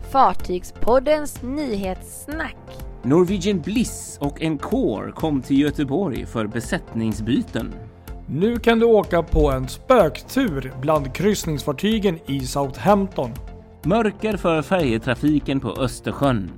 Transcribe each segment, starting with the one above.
Fartygspoddens nyhetssnack. Norwegian Bliss och Encore kom till Göteborg för besättningsbyten. Nu kan du åka på en spöktur bland kryssningsfartygen i Southampton. Mörker för färjetrafiken på Östersjön.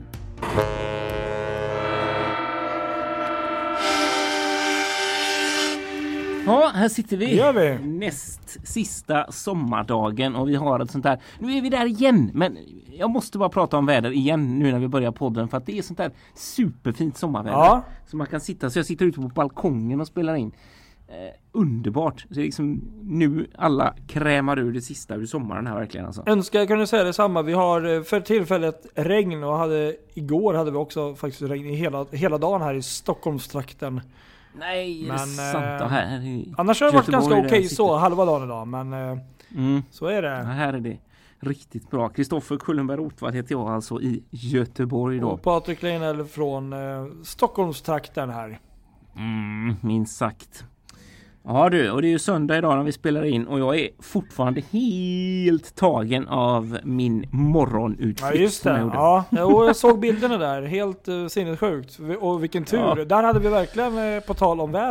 Ja, här sitter vi. Det gör vi. Näst sista sommardagen och vi har ett sånt där. Nu är vi där igen, men jag måste bara prata om väder igen nu när vi börjar podden för att det är sånt där superfint sommarväder. Ja. Så man kan sitta, så jag sitter ute på balkongen och spelar in. Underbart. Så liksom nu alla krämar ur det sista ur sommaren här verkligen alltså. Önskar jag kunde säga detsamma. Vi har för tillfället regn och igår hade vi också faktiskt regn i hela dagen här i Stockholmstrakten. Nej, men, sant. Och här annars har det varit ganska okej så sitter. halva dagen idag, men så är det. Ja, här är det riktigt bra. Kristoffer Kullenberg-Rotvall heter jag alltså i Göteborg då. Och Patrik Leinell från Stockholmstrakten här. Minst sagt. Ja du, och det är ju söndag idag när vi spelar in och jag är fortfarande helt tagen av min morgonutflykt. Ja just det, ja. Och jag såg bilderna där, helt sinnessjukt. Och vilken tur, ja. Där hade vi verkligen på tal om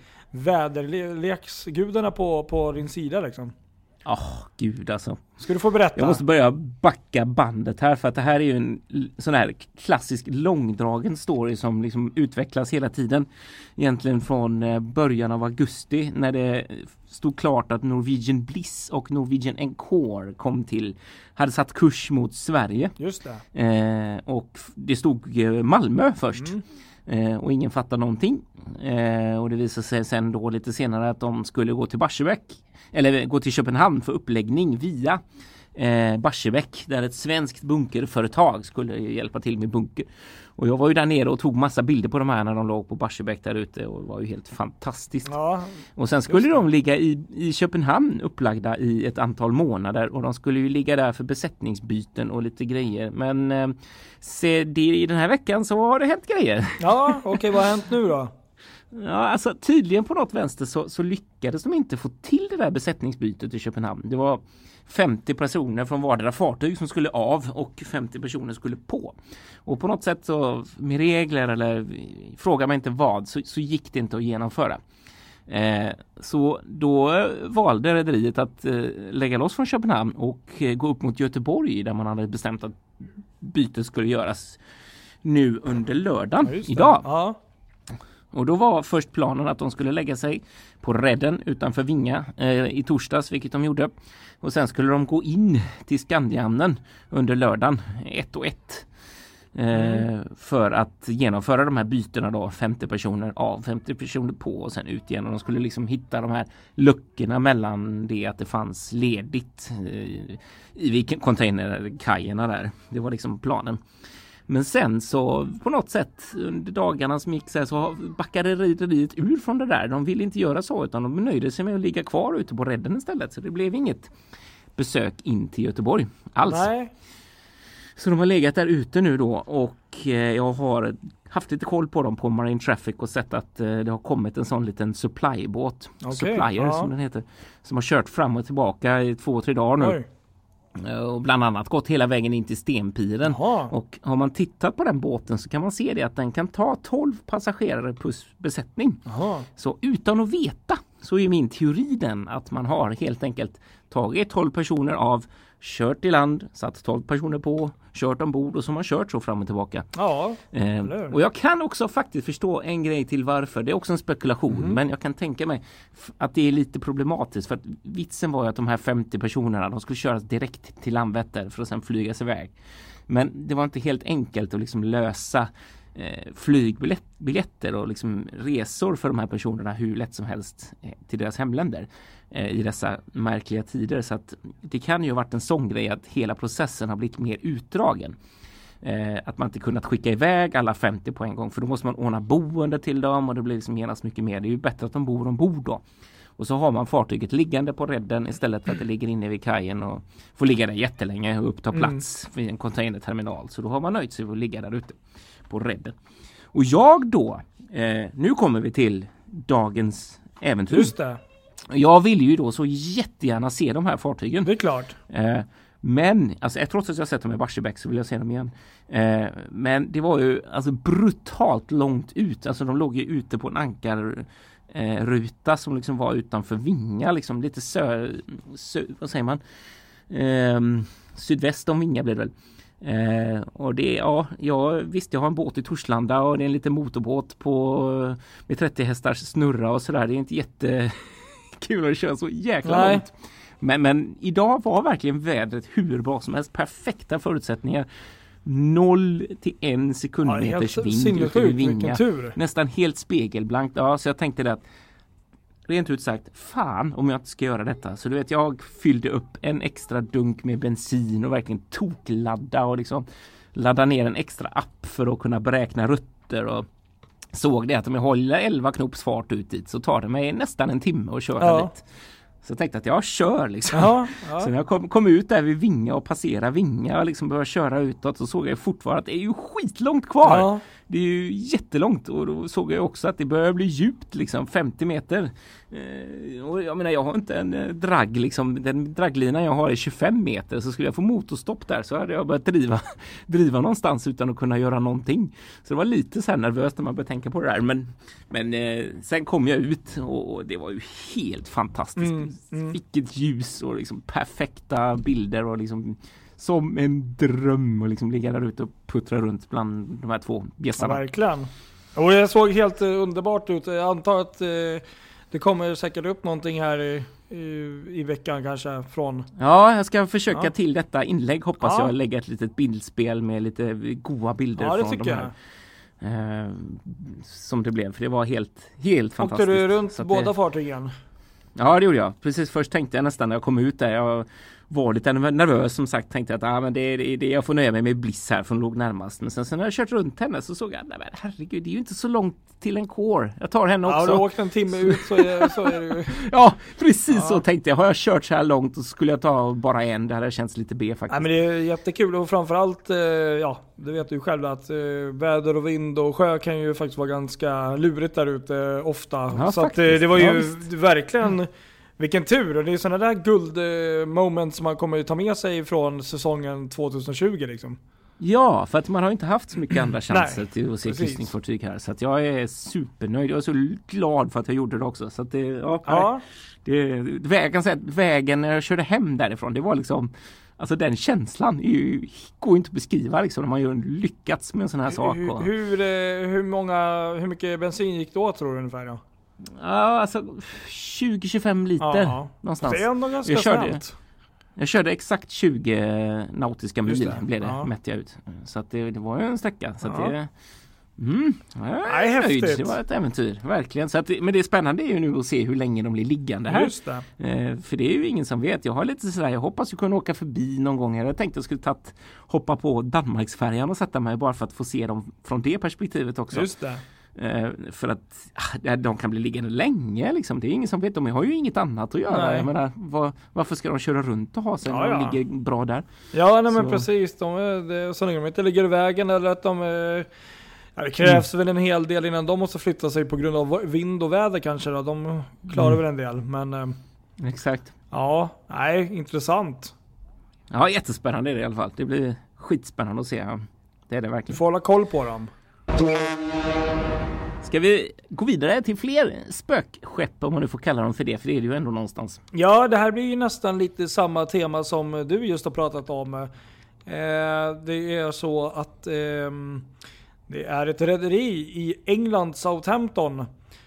väderleksgudarna på din sida liksom. Gud alltså. Ska du få berätta? Jag måste börja backa bandet här för att det här är ju en sån här klassisk långdragen story som liksom utvecklas hela tiden. Egentligen från början av augusti när det stod klart att Norwegian Bliss och Norwegian Encore hade satt kurs mot Sverige. Just det. Och det stod Malmö först. Och ingen fattade någonting. Och det visade sig sen då lite senare att de skulle gå till Barsebäck. Eller gå till Köpenhamn för uppläggning via Barsebäck. Där ett svenskt bunkerföretag skulle hjälpa till med bunker. Och jag var ju där nere och tog massa bilder på de här när de låg på Barsebäck där ute. Och det var ju helt fantastiskt. Ja, och sen skulle de ligga i Köpenhamn upplagda i ett antal månader. Och de skulle ju ligga där för besättningsbyten och lite grejer. Men i den här veckan så har det hänt grejer. Ja, okej, vad har hänt nu då? Ja, alltså tydligen på något vänster så lyckades de inte få till det där besättningsbytet i Köpenhamn. Det var 50 personer från vardera fartyg som skulle av och 50 personer skulle på. Och på något sätt så med regler eller fråga mig inte vad så gick det inte att genomföra. Så då valde rederiet att lägga loss från Köpenhamn och gå upp mot Göteborg där man hade bestämt att bytet skulle göras nu under lördagen idag. Ja. Och då var först planen att de skulle lägga sig på redden utanför Vinga i torsdags, vilket de gjorde. Och sen skulle de gå in till Skandiahamnen under lördagen 1:1 för att genomföra de här bytena då, 50 personer av, 50 personer på och sen ut igen. Och de skulle liksom hitta de här luckorna mellan det att det fanns ledigt i containerkajerna där. Det var liksom planen. Men sen så på något sätt under dagarna som gick så backade rederiet ur från det där. De ville inte göra så utan de nöjde sig med att ligga kvar ute på redden istället. Så det blev inget besök in till Göteborg alls. Nej. Så de har legat där ute nu då och jag har haft lite koll på dem på Marine Traffic och sett att det har kommit en sån liten supply-båt. Okay. Supplier som den heter. Som har kört fram och tillbaka i 2-3 dagar nu. Oj. Och bland annat gått hela vägen in till Stenpiren. Jaha. Och har man tittat på den båten så kan man se det att den kan ta 12 passagerare plus besättning. Jaha. Så utan att veta så är min teori den att man har helt enkelt tagit 12 personer av, kört i land, satt 12 personer på, kört ombord och så har man kört så fram och tillbaka. Ja, och jag kan också faktiskt förstå en grej till varför. Det är också en spekulation, men jag kan tänka mig att det är lite problematiskt för att vitsen var ju att de här 50 personerna, de skulle köras direkt till Landvetter för att sen flygas iväg. Men det var inte helt enkelt att liksom lösa flygbiljetter och liksom resor för de här personerna hur lätt som helst till deras hemländer i dessa märkliga tider. Så att det kan ju ha varit en sån grej att hela processen har blivit mer utdragen. Att man inte kunnat skicka iväg alla 50 på en gång för då måste man ordna boende till dem och det blir liksom genast mycket mer. Det är ju bättre att de bor ombord då. Och så har man fartyget liggande på redden istället för att det ligger inne vid kajen och får ligga där jättelänge och uppta plats vid en containerterminal. Så då har man nöjt sig att ligga där ute på redden. Och jag då, nu kommer vi till dagens äventyr. Just det. Jag vill ju då så jättegärna se de här fartygen. Det är klart. Men, alltså trots att jag sett dem i Barsebäck så vill jag se dem igen. Men det var ju alltså brutalt långt ut. Alltså de låg ju ute på en ankarruta som liksom var utanför Vinga. Liksom lite vad säger man? Sydväst om Vinga blev det väl. Och det, visst, jag har en båt i Torslanda och det är en liten motorbåt med 30 hästars snurra och sådär. Det är inte jättekul att köra så jäkla långt. Men idag var verkligen vädret hur bra som helst. Perfekta förutsättningar. 0 till 1 sekundmeters vind ute vid Vinga. Nästan helt spegelblankt. Ja, så jag tänkte det att rent ut sagt, fan om jag inte ska göra detta. Så du vet, jag fyllde upp en extra dunk med bensin och verkligen tokladda och liksom ladda ner en extra app för att kunna beräkna rutter och såg det att om jag håller 11 knops fart ut dit så tar det mig nästan en timme att köra dit. Så jag tänkte att jag kör liksom. Så när jag kom ut där vid Vinga och passerade Vinga och liksom började köra utåt så såg jag fortfarande att det är ju skitlångt kvar. Ja. Det är ju jättelångt och då såg jag också att det börjar bli djupt liksom 50 meter. Och jag menar jag har inte en dragg liksom, den dragglinan jag har är 25 meter så skulle jag få motorstopp där så hade jag börjat driva någonstans utan att kunna göra någonting. Så det var lite så här nervöst när man började tänka på det där men sen kom jag ut och det var ju helt fantastiskt. Vilket ljus och liksom perfekta bilder och liksom som en dröm och liksom ligga där ute och puttra runt bland de här två bjässarna. Ja, verkligen. Och det såg helt underbart ut. Jag antar att det kommer säkert upp någonting här i veckan kanske från... Ja, jag ska försöka till detta inlägg. Hoppas jag lägga ett litet bildspel med lite goda bilder från de här. Som det blev, för det var helt fantastiskt. Åkte du runt båda fartygen? Ja, det gjorde jag. Precis först tänkte jag nästan när jag kom ut där. Jag var lite nervös som sagt. Tänkte att men det jag får nöja mig med Bliss här för hon låg närmast. Men sen när jag kört runt henne så såg jag nej, herregud, det är ju inte så långt till en core. Jag tar henne också. Ja, du har åkt en timme ut så är det ju... Ja, precis så tänkte jag. Har jag kört så här långt så skulle jag ta bara en. Det hade känts lite B faktiskt. Nej, men det är jättekul och framförallt, det vet du själv att väder och vind och sjö kan ju faktiskt vara ganska lurigt där ute ofta. Ja, så att, det var ju verkligen... Vilken tur, och det är sådana där guldmoment som man kommer att ta med sig från säsongen 2020 liksom. Ja, för att man har inte haft så mycket andra chanser till att se kryssningsfartyg här. Så att jag är supernöjd. Jag är så glad för att jag gjorde det också. Så att jag kan säga att vägen när jag körde hem därifrån, det var liksom... Alltså den känslan går inte att beskriva liksom, när man ju lyckats med en sån här sak. Hur mycket bensin gick då tror du ungefär då? Ja, alltså 20-25 liter någonstans. Det är ändå ganska snabbt. Jag körde exakt 20 nautiska mil blev det, mätte jag ut. Så att det var ju en sträcka. Så att det... häftigt. Det var ett äventyr, verkligen. Så att men det spännande är ju nu att se hur länge de blir liggande här. Just det. För det är ju ingen som vet. Jag har lite sådär, jag hoppas ju kunna åka förbi någon gång. Jag tänkte jag skulle hoppa på Danmarksfärjan och sätta mig bara för att få se dem från det perspektivet också. Just det. För att de kan bli liggande länge liksom. Det är ingen som vet, de har ju inget annat att göra. Jag menar, varför ska de köra runt och ha sig när de ligger bra där? Ja, nej, men precis. Så länge de inte ligger i vägen eller att de... det krävs väl en hel del innan de måste flytta sig på grund av vind och väder kanske då. De klarar väl en del, men... Exakt. Ja, intressant. Ja, jättespännande är det i alla fall. Det blir skitspännande att se. Det är det verkligen. Du får hålla koll på dem. Ska vi gå vidare till fler spökskepp, om man nu får kalla dem för det är det ju ändå någonstans. Ja, det här blir ju nästan lite samma tema som du just har pratat om. Det är så att det är ett rederi i England, Southampton,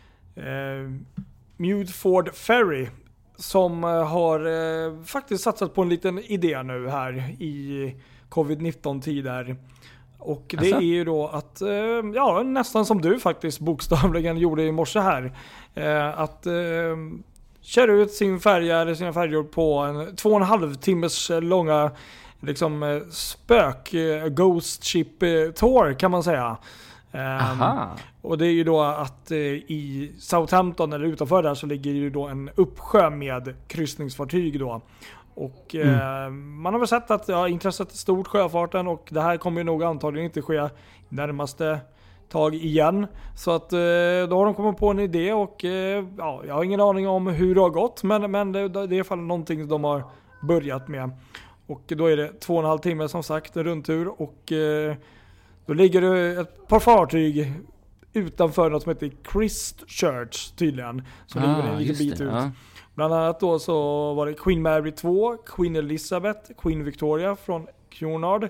Mudford Ferry, som har faktiskt satsat på en liten idé nu här i covid-19-tider. Och det är ju då att, nästan som du faktiskt bokstavligen gjorde i morse här, att köra ut sin färja eller sina färjor på en 2,5 timmars långa liksom Ghost Ship Tour kan man säga. Och det är ju då att i Southampton eller utanför där så ligger ju då en uppsjö med kryssningsfartyg då. Och man har väl sett att intresset är stort, sjöfarten, och det här kommer ju nog antagligen inte ske närmaste tag igen. Så att då har de kommit på en idé och jag har ingen aning om hur det har gått, men det är i alla fall någonting de har börjat med. Och då är det 2,5 timmar som sagt rundtur och då ligger det ett par fartyg utanför något som heter Christchurch tydligen. Så ligger det en liten bit ut. Ja. Bland annat då så var det Queen Mary 2, Queen Elizabeth, Queen Victoria från Cunard.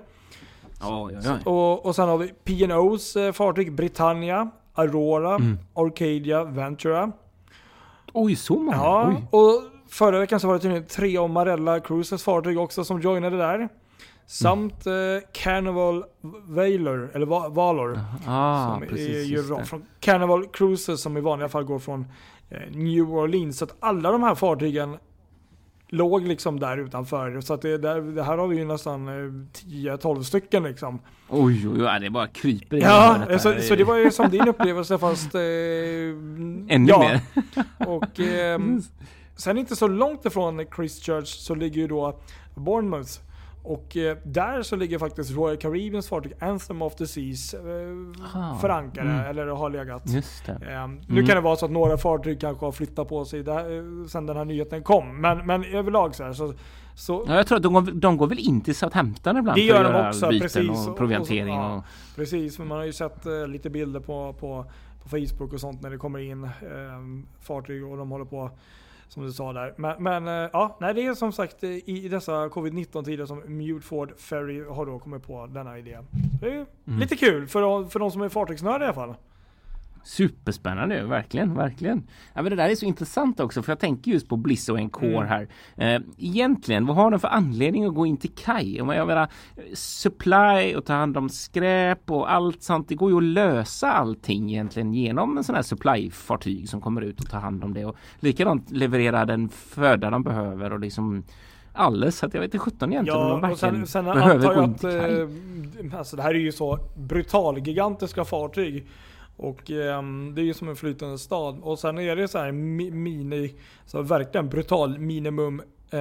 Och sen har vi P&O's fartyg Britannia, Aurora, Arcadia, Ventura. Oj, så många. Ja, oj. Och förra veckan så var det tydligen 3 av Marella Cruises fartyg också som joinade där. Samt Carnival Valor, eller Valor. Som precis, är ju från Carnival Cruises som i vanliga fall går från New Orleans. Så att alla de här fartygen låg liksom där utanför. Så att det här har vi ju nästan 10-12 stycken liksom. Oj, det bara kryper in. Ja, så det var ju som din upplevelse fast ännu mer. Och sen inte så långt ifrån Christchurch så ligger ju då Bournemouth. Och där så ligger faktiskt Royal Caribbeans fartyg Anthem of the Seas förankade eller har legat. Just det. Nu kan det vara så att några fartyg kanske har flyttat på sig sen den här nyheten kom. Men överlag så ja, jag tror att de går väl in till Southampton ibland. Det gör de också, precis. Och proviantering. Och precis, för man har ju sett lite bilder på Facebook och sånt när det kommer in fartyg och de håller på som du sa där. Men det är som sagt i dessa covid-19-tider som Muteford Ferry har då kommit på denna idé. Det är lite kul för de som är fartygsnörda i alla fall. Superspännande, verkligen. Ja, men det där är så intressant också, för jag tänker just på Bliss och Encore här. Egentligen, vad har de för anledning att gå in till kaj? Jag menar, supply och ta hand om skräp och allt sånt, det går ju att lösa allting egentligen genom en sån här supply-fartyg som kommer ut och tar hand om det. Och likadant leverera den föda de behöver och liksom alldeles, så att jag vet inte 17 egentligen om de verkligen sen behöver gå in till kaj. Alltså det här är ju så brutal, gigantiska fartyg. Och det är ju som en flytande stad. Och sen är det så här så verkligen brutal minimum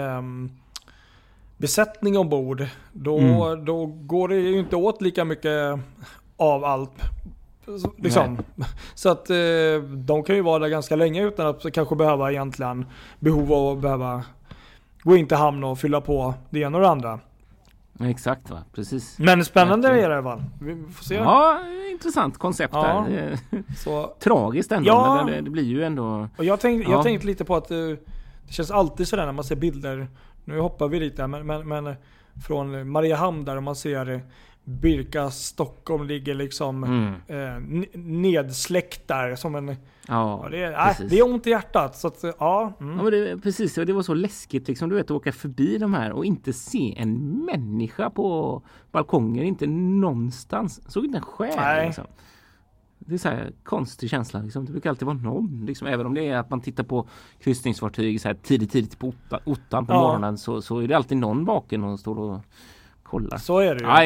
besättning ombord. Då går det ju inte åt lika mycket av allt. Liksom. Så att de kan ju vara där ganska länge utan att kanske behöva egentligen behov av att behöva gå in till hamn och fylla på det ena och det andra. Exakt, va? Precis. Men spännande är det i alla fall. Vi får se. Ja, intressant koncept där. Så tragiskt ändå, men det blir ju ändå. Och jag tänkte lite på att det känns alltid sådär när man ser bilder. Nu hoppar vi lite men från Mariehamn där man ser Birka Stockholm ligger liksom nedsläckt där som en det är ont i hjärtat så att Ja, men precis, och det var så läskigt liksom, du vet, att åka förbi de här och inte se en människa på balkonger, inte någonstans, såg inte en själ liksom. Det är så här konstig känsla liksom. Det brukar alltid vara någon liksom, även om det är att man tittar på kryssningsfartyg så här tidigt på ottan på morgonen så är det alltid någon baken och står och kollar. Så är det ju.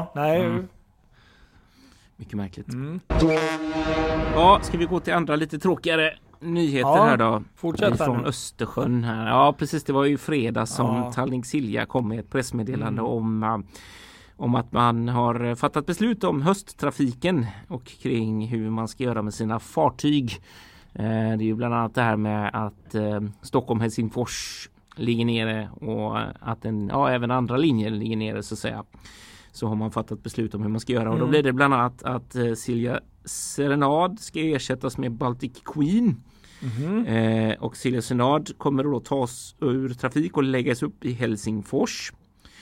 Mycket märkligt. Ja, ska vi gå till andra lite tråkigare nyheter här då? Fortsätt från Östersjön här. Ja, precis. Det var ju fredag som Tallink Silja kom med ett pressmeddelande om att man har fattat beslut om hösttrafiken och kring hur man ska göra med sina fartyg. Det är ju bland annat det här med att Stockholm-Helsingfors ligger nere och att även andra linjer ligger nere så att säga. Så har man fattat beslut om hur man ska göra och då blir det bland annat att Silja Serenade ska ersättas med Baltic Queen. Och Silja Serenade kommer då tas ur trafik och läggas upp i Helsingfors.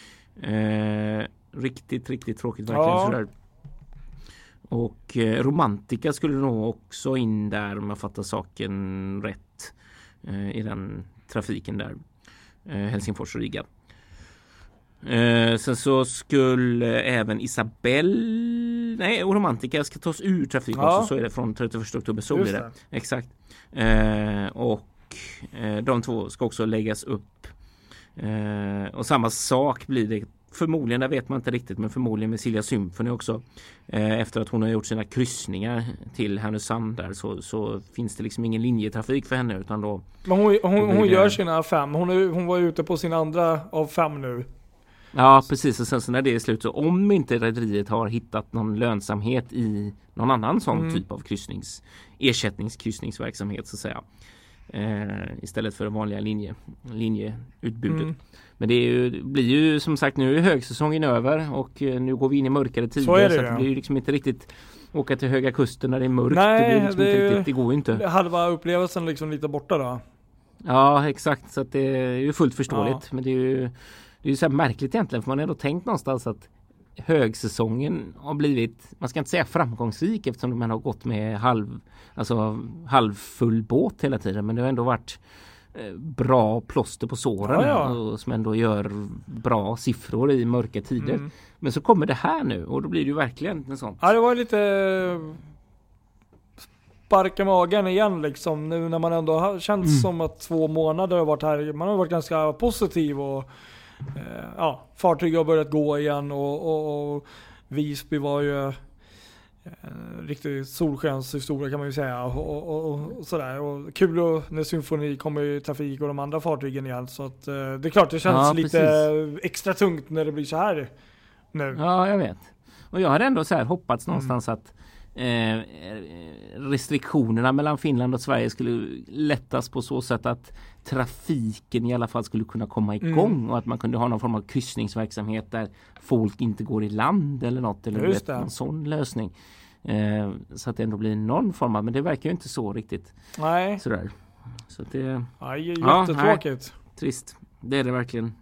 Riktigt tråkigt verkligen sådär. Och Romantica skulle nog också in där om jag fattar saken rätt i den trafiken där. Helsingfors och Riga. Sen så skulle även och Romantica ska tas ur trafik också, så är det från 31 oktober, så blir det. Exakt. Och de två ska också läggas upp. Och samma sak blir det förmodligen, det vet man inte riktigt, men förmodligen med Silja Symphony också. Efter att hon har gjort sina kryssningar till Härnösand där så finns det liksom ingen linjetrafik för henne utan då. Men hon gör sina 5. Hon var ute på sin andra av 5 nu. Ja, precis. Och sen så när det är slut, så om inte rederiet har hittat någon lönsamhet i någon annan sån typ av ersättningskryssningsverksamhet så att säga, istället för det vanliga linjeutbudet. Men det blir ju som sagt, nu är högsäsongen över och nu går vi in i mörkare tider, så det blir ju liksom inte riktigt åka till Höga Kusten när det är mörkt. Nej, det går ju inte. Halva upplevelsen liksom lite borta då. Ja, exakt, så att det är ju fullt förståeligt. Men det är ju så här märkligt egentligen, för man har ändå tänkt någonstans att högsäsongen har blivit, man ska inte säga framgångsrik eftersom man har gått med halvfull båt hela tiden, men det har ändå varit bra plåster på såren och som ändå gör bra siffror i mörka tider. Men så kommer det här nu och då blir det ju verkligen en sån. Ja, det var lite sparka magen igen liksom, nu när man ändå har känts som att 2 månader har varit här. Man har varit ganska positiv och fartyg har börjat gå igen och Visby var ju riktigt solskenshistoria kan man ju säga och sådär, och kul när Symfoni kommer i trafik och de andra fartygen igen, så att det är klart det känns lite extra tungt när det blir så här nu. Ja, jag vet. Och jag hade ändå så här hoppats någonstans att restriktionerna mellan Finland och Sverige skulle lättas på så sätt att trafiken i alla fall skulle kunna komma igång och att man kunde ha någon form av kryssningsverksamhet där folk inte går i land eller något, eller en sån lösning. Så att det ändå blir någon form av, men det verkar ju inte så riktigt. Nej. Sådär. Så att det jättetråkigt. Trist. Det är det verkligen.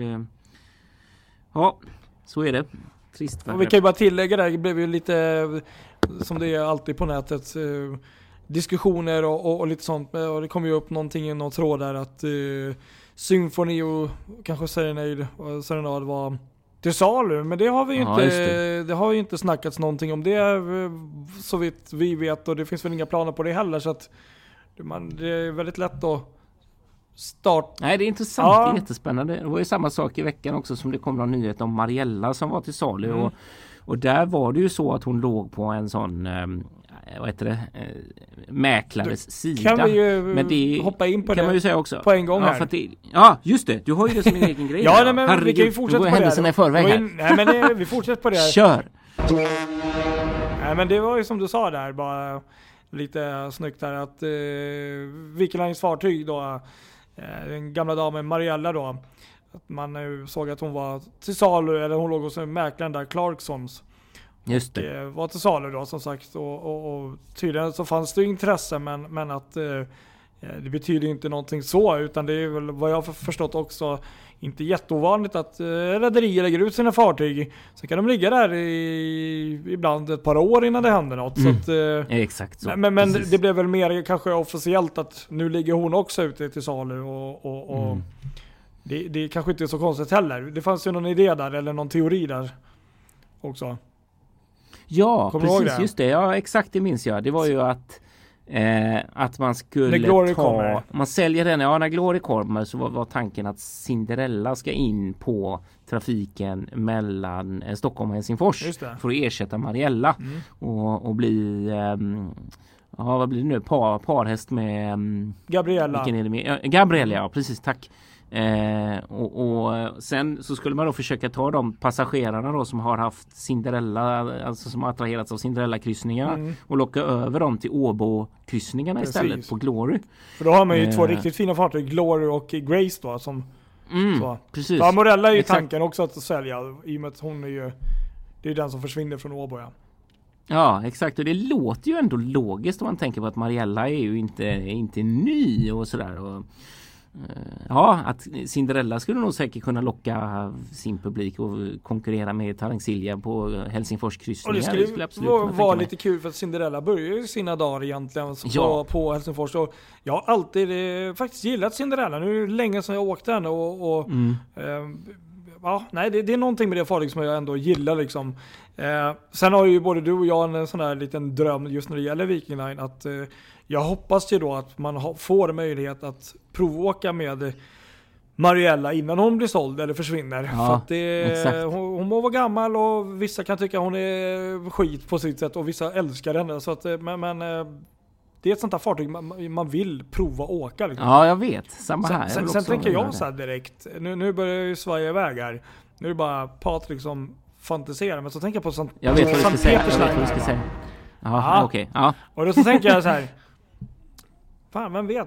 Ja, så är det. Trist. Och vi kan ju bara tillägga där, det blev ju lite som det är alltid på nätet, diskussioner och lite sånt, och det kommer ju upp någonting i någon tråd där att Symfoni och kanske Serenade var till salu, men det har vi ju inte, det har ju inte snackats någonting om det så vitt vi vet, och det finns väl inga planer på det heller, så att det är väldigt lätt att starta. Nej, det är intressant, det är jättespännande. Det var ju samma sak i veckan också som det kom någon nyhet om Mariella som var till salu och där var det ju så att hon låg på en sån mäklares sida. Kan vi ju men det hoppa in på kan det man ju säga också. På en gång här. För just det. Du har ju det som en egen grej. Ja, nej, men herregud, vi kan ju fortsätta på händelserna i förväg här. Nej, men vi fortsätter på det här. Kör! Nej, men det var ju som du sa där, bara lite snyggt här att Viking Lines fartyg då, den gamla damen Mariella då, att man såg att hon var till salu, eller hon låg hos en mäklaren där, Clarksons. Just det. Det var till salu då som sagt, och tydligen så fanns det intresse, men att det betyder inte någonting så, utan det är väl vad jag har förstått också inte jätteovanligt att rederier lägger ut sina fartyg, så kan de ligga där ibland ett par år innan det händer något. Så att, exakt så. Men det blev väl mer kanske officiellt att nu ligger hon också ute till salu och det kanske inte är så konstigt heller. Det fanns ju någon idé där, eller någon teori där också. Ja, precis, just det. Ja, exakt, det minns jag. Det var ju att man skulle man säljer den, när Glory kommer så var tanken att Cinderella ska in på trafiken mellan Stockholm och Helsingfors för att ersätta Mariella och bli vad blir det nu? Parhäst med Gabriella. Vilken är det med? Gabriella, ja, precis, tack. Och sen så skulle man då försöka ta de passagerarna då som har haft Cinderella, alltså som har attraherats av Cinderella-kryssningarna och locka över dem till Åbo-kryssningarna istället på Glory. För då har man ju två riktigt fina fartyg, Glory och Grace då, som så. Precis. Ja, Morella är ju tanken också att sälja, i och med att hon är ju, det är den som försvinner från Åbo. Ja, exakt, och det låter ju ändå logiskt om man tänker på att Mariella är ju inte ny och sådär, och att Cinderella skulle nog säkert kunna locka sin publik och konkurrera med Taransilja på Helsingfors kryssningar. Och det skulle absolut vara lite kul, för att Cinderella börjar ju sina dagar egentligen på Helsingfors. Och jag har alltid faktiskt gillat Cinderella. Nu är det länge sedan jag åkte den det är någonting med det fartyg som jag ändå gillar liksom. Sen har ju både du och jag en sån här liten dröm just när det gäller Viking Line, att jag hoppas ju då att man får möjlighet att provåka med Mariella innan hon blir såld eller försvinner. Ja, för att hon må vara gammal och vissa kan tycka hon är skit på sitt sätt och vissa älskar henne. Så att, men det är ett sånt här fartyg man vill prova åka. Liksom. Ja, jag vet. Samma här. Sen tänker jag så här direkt. Nu börjar ju Sverige iväg här. Nu är det bara Patrik som fantiserar. Men så tänker jag på sånt. Jag vet vad du ska säga. Jaha, okej. Ja. Och då så tänker jag så här. Fan, vem vet?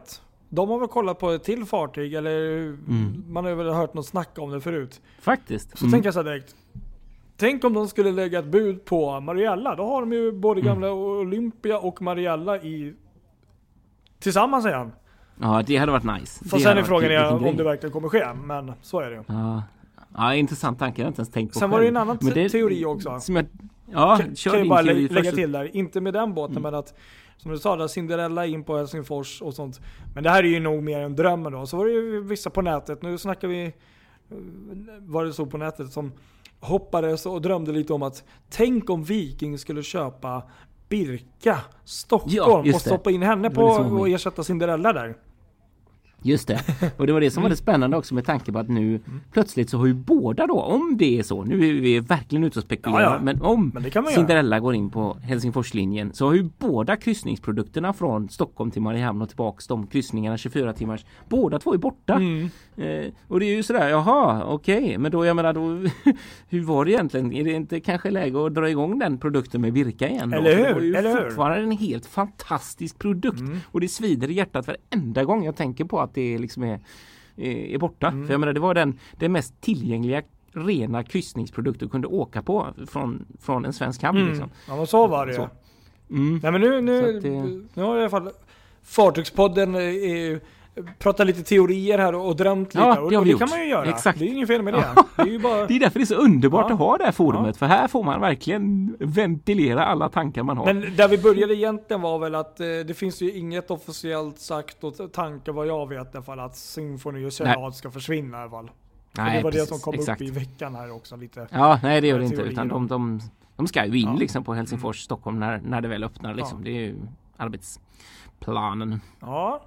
de har väl kollat på ett till fartyg, eller man har väl hört något snack om det förut. Faktiskt. Så tänker jag så här direkt. Tänk om de skulle lägga ett bud på Mariella. Då har de ju både gamla Olympia och Mariella tillsammans igen. Ja, det hade varit nice. Fast sen är frågan om det verkligen kommer ske. Men så är det ju. Ja, intressant tanke. Jag har inte ens tänkt på. Sen var det en annan teori också. Kan jag bara lägga till där. Inte med den båten, men att som du sa där, Cinderella in på Helsingfors och sånt. Men det här är ju nog mer en dröm då. Så var det ju vissa på nätet. Nu snackar vi, var det så på nätet, som hoppades och drömde lite om att tänk om Viking skulle köpa Birka Stockholm och stoppa in henne på och ersätta Cinderella där. Just det. Och det var det som var det spännande också, med tanke på att nu plötsligt så har ju båda då, om det är så, nu är vi verkligen ute och spekulerar, men om Cinderella går in på Helsingforslinjen så har ju båda kryssningsprodukterna från Stockholm till Mariehamn och tillbaks, de kryssningarna 24 timmars, båda två är borta. Och det är ju sådär, okej, men då, jag menar då, hur var det egentligen? Är det inte kanske läge att dra igång den produkten med Birka igen då? Eller hur? Det var ju fortfarande en helt fantastisk produkt och det svider i hjärtat varenda gång jag tänker på att det liksom är borta. För jag menar, det var den mest tillgängliga rena kryssningsprodukt du kunde åka på från en svensk hamn. Liksom. Ja, men så var det ju. Nej, men nu har i alla fall Fartygspodden pratat lite teorier här och drömt lite. Ja, och det kan man ju göra. Exakt. Det är ingen fel med det. Det är ju bara... Det är därför det är så underbart att ha det här forumet. För här får man verkligen ventilera alla tankar man har. Men där vi började egentligen var väl att det finns ju inget officiellt sagt och tankar vad jag vet i alla fall, att Symfony och Serenad ska försvinna i alla fall. Nej, det var det som kom upp i veckan här också lite. Ja, nej det gör det inte, utan de ska ju in liksom på Helsingfors, Stockholm när det väl öppnar liksom. Det är ju arbetsplanen. Ja.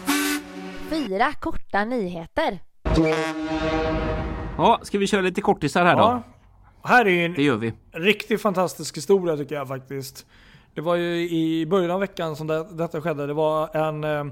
4 korta nyheter. Ja, ska vi köra lite kortisar här då? Här är ju det gör vi. Riktigt fantastisk historia tycker jag faktiskt. Det var ju i början av veckan som detta skedde. Det var en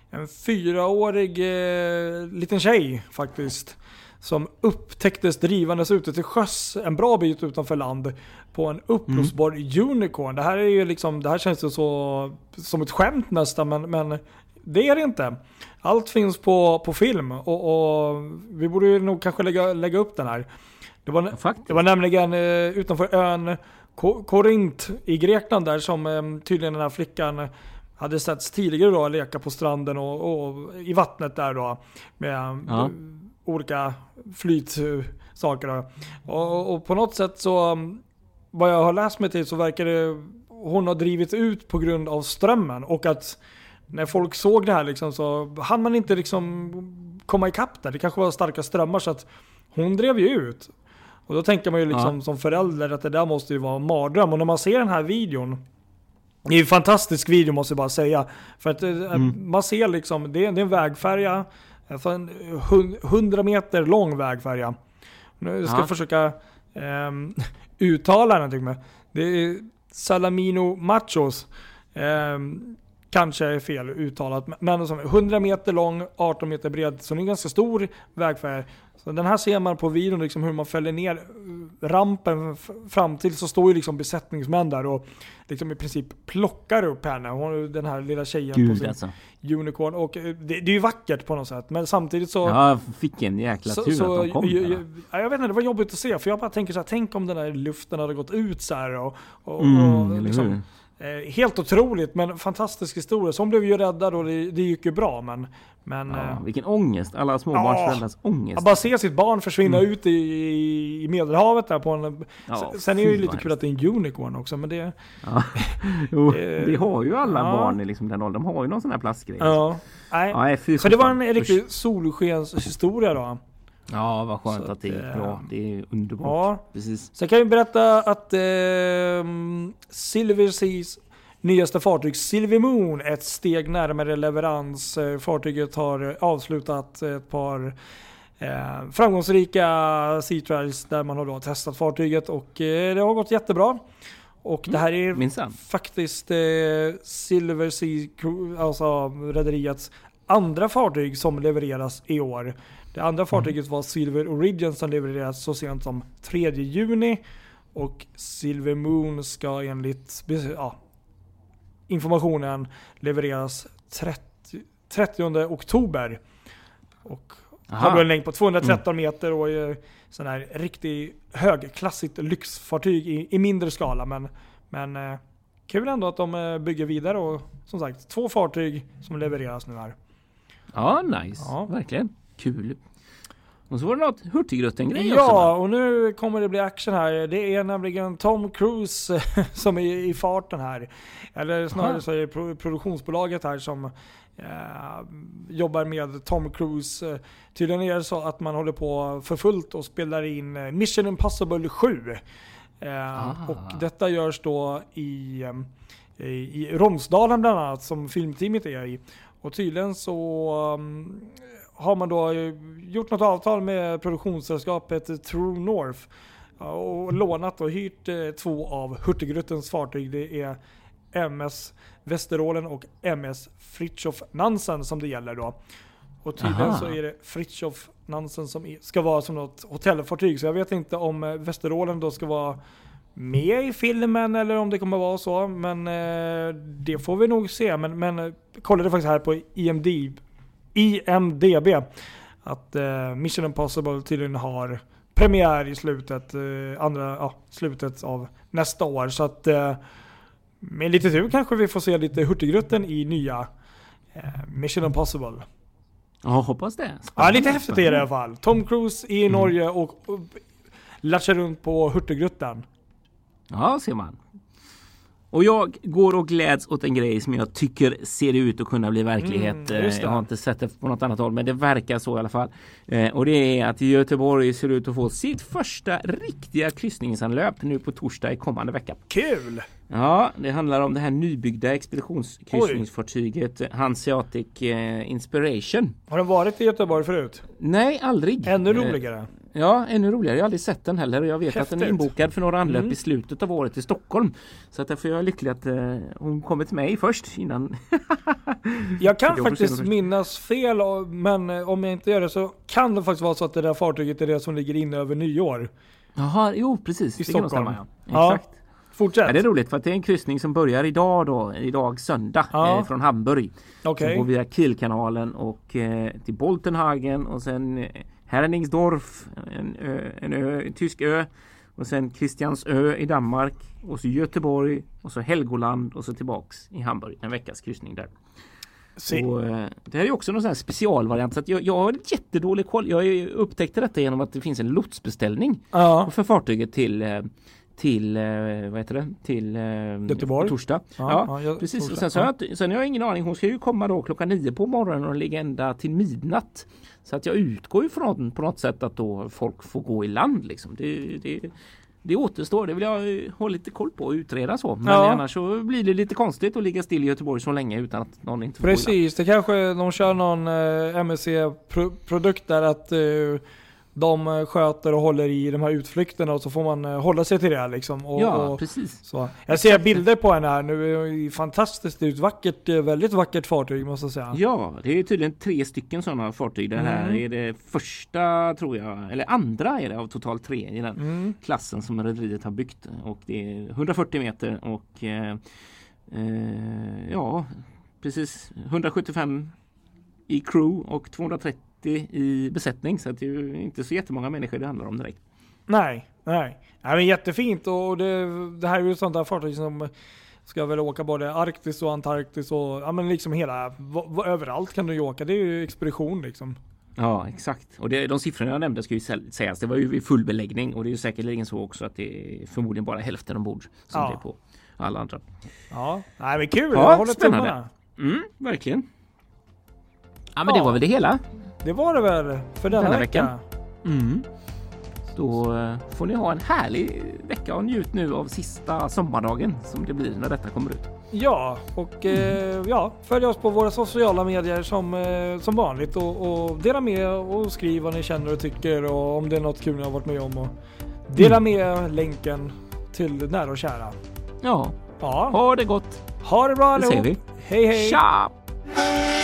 4-årig liten tjej faktiskt som upptäcktes drivandes ute till sjöss en bra bit utanför land på en uppblåsbar unicorn. Det här är ju liksom, det här känns ju så som ett skämt nästan, men det är det inte. Allt finns på film och vi borde ju nog kanske lägga upp den här. Det var nämligen utanför ön Korint i Grekland där som tydligen den här flickan hade setts tidigare då leka på stranden och i vattnet där då med olika flytsaker. Och på något sätt så, vad jag har läst mig till, så verkar det hon har drivit ut på grund av strömmen, och att när folk såg det här liksom, så hann man inte liksom komma ikapp där. Det kanske var starka strömmar så att hon drev ju ut. Och då tänker man ju liksom som förälder att det där måste ju vara en mardröm. Och när man ser den här videon, det är ju en fantastisk video måste jag bara säga. För att man ser liksom, det är en vägfärja, en 100 meter lång vägfärja. Nu ska jag försöka uttala någonting med. Det är Salamino Machos. Kanske är fel uttalat, men 100 meter lång, 18 meter bred, så det är en ganska stor vägfärja. Så den här ser man på videon liksom hur man fäller ner rampen fram till, så står ju liksom besättningsmän där och liksom i princip plockar upp henne, den här lilla tjejen på sin unicorn, och det är ju vackert på något sätt, men samtidigt så fick en jäkla tur att de kom. Jag vet inte, det var jobbigt att se, för jag bara tänker så här, tänk om den här luften hade gått ut så här och liksom, helt otroligt, men fantastisk historia. Som blev ju räddad och det gick ju bra, men vilken ångest, alla småbarnsföräldrars ångest. Att bara se sitt barn försvinna ut i Medelhavet där på en... Sen är det ju lite kul att det är en unicorn också, men det... det har ju alla barn i liksom den åldern. De har ju någon sån här plastgrej. Så det var en riktig solskenshistoria då. Ja, vad skönt så att det är bra. Det är underbart. Ja. Precis. Så kan vi berätta att Silver Seas nyaste fartyg Silver Moon ett steg närmare leverans. Fartyget har avslutat ett par framgångsrika sea trials där man har då testat fartyget, och det har gått jättebra. Och det här är faktiskt Silver Sea, alltså rederiets andra fartyg som levereras i år. Det andra fartyget var Silver Origin som levererades så sent som 3 juni, och Silver Moon ska enligt informationen levereras 30 oktober. Och har då en längd på 213 meter och är sån här riktigt högklassigt lyxfartyg i mindre skala. Men kul ändå att de bygger vidare och som sagt 2 fartyg som levereras nu här. Ja, nice. Ja. Verkligen. Kul. Och så var det något Hurtigruten-grej också. Ja, och nu kommer det bli action här. Det är nämligen Tom Cruise som är i farten här. Eller snarare så är det produktionsbolaget här som jobbar med Tom Cruise. Tydligen är det så att man håller på för fullt och spelar in Mission Impossible 7. Och detta görs då i Romsdalen bland annat som filmteamet är i. Och tydligen så har man då gjort något avtal med produktionssällskapet True North och lånat och hyrt 2 av Hurtigrutens fartyg. Det är MS Västerålen och MS Fritjof Nansen som det gäller då. Och tydligen så är det Fritjof Nansen som ska vara som något hotellfartyg. Så jag vet inte om Västerålen då ska vara med i filmen eller om det kommer vara så. Men det får vi nog se. Men kollade faktiskt här på IMDB att Mission Impossible tydligen har premiär i slutet av nästa år. Så att med lite tur kanske vi får se lite Hurtigruten i nya Mission Impossible. Ja, hoppas det. Ja, lite häftigt är det i alla fall. Tom Cruise i Norge och latchar runt på Hurtigruten. Ja, ser man. Och jag går och gläds åt en grej som jag tycker ser ut att kunna bli verklighet. Jag har inte sett det på något annat håll, men det verkar så i alla fall. Och det är att Göteborg ser ut att få sitt första riktiga kryssningsanlöp nu på torsdag i kommande vecka. Kul! Ja, det handlar om det här nybyggda expeditionskryssningsfartyget Hanseatic Inspiration. Har den varit i Göteborg förut? Nej, aldrig. Ännu roligare. Ja, ännu roligare. Jag har aldrig sett den heller och jag vet Häftigt. att den är inbokad för några anlöp i slutet av året i Stockholm. Så att därför är jag lycklig att hon kommer till mig först innan. Jag kan faktiskt minnas fel, men om jag inte gör det så kan det faktiskt vara så att det där fartyget är det som ligger inne över nyår. Jaha, jo precis. I det kan Stockholm. Stämma, ja. Exakt. Fortsätt. Ja, det är roligt för att det är en kryssning som börjar idag söndag från Hamburg. Okay. Som går via Kielkanalen och till Boltenhagen och sen Herningsdorf, en tysk ö och sen Christiansö i Danmark och så Göteborg och så Helgoland och så tillbaks i Hamburg. En veckas kryssning där. Och, det här är också någon sån här specialvariant så att jag har jättedålig koll. Jag upptäckte detta genom att det finns en lotsbeställning för fartyget till vad heter det? Till Göteborg. Torsdag. Ja, precis. Torsdag. Och sen har jag ingen aning. Hon ska ju komma då 9:00 på morgonen och ligga ända till midnatt. Så att jag utgår ju från på något sätt att då folk får gå i land liksom. Det återstår. Det vill jag ha lite koll på och utreda så. Men annars så blir det lite konstigt att ligga still i Göteborg så länge utan att någon inte får gå i land. Precis. Det kanske de kör någon MSC-produkt där att de sköter och håller i de här utflykterna och så får man hålla sig till det liksom. Precis. Så. Jag ser bilder på henne här nu. Det är fantastiskt. Det är ett vackert, väldigt vackert fartyg måste jag säga. Ja, det är tydligen 3 stycken sådana fartyg. Det här är det första tror jag, eller andra är det av totalt 3 i den klassen som rederiet har byggt. Och det är 140 meter och precis 175 i crew och 230 i besättning, så att det är ju inte så jättemånga människor det handlar om direkt. Nej. Men jättefint och det här är ju sånt där fartyg som ska väl åka både Arktis och Antarktis och men liksom hela överallt kan du ju åka. Det är ju expedition liksom. Ja, exakt. Och de siffrorna jag nämnde ska ju sägas, det var ju full beläggning och det är ju säkerligen så också att det är förmodligen bara hälften ombord som det är på alla andra. Ja, nej men kul. Ja, jag håller spännande. Verkligen. Ja, men det var väl det hela. Det var det väl för denna vecka. Då får ni ha en härlig vecka och njut nu av sista sommardagen som det blir när detta kommer ut. Ja, och följ oss på våra sociala medier som vanligt och dela med och skriv vad ni känner och tycker och om det är något kul ni har varit med om och dela med länken till nära och kära. Ja. Ha det gott. Ha det bra allihop. Hej hej. Tja!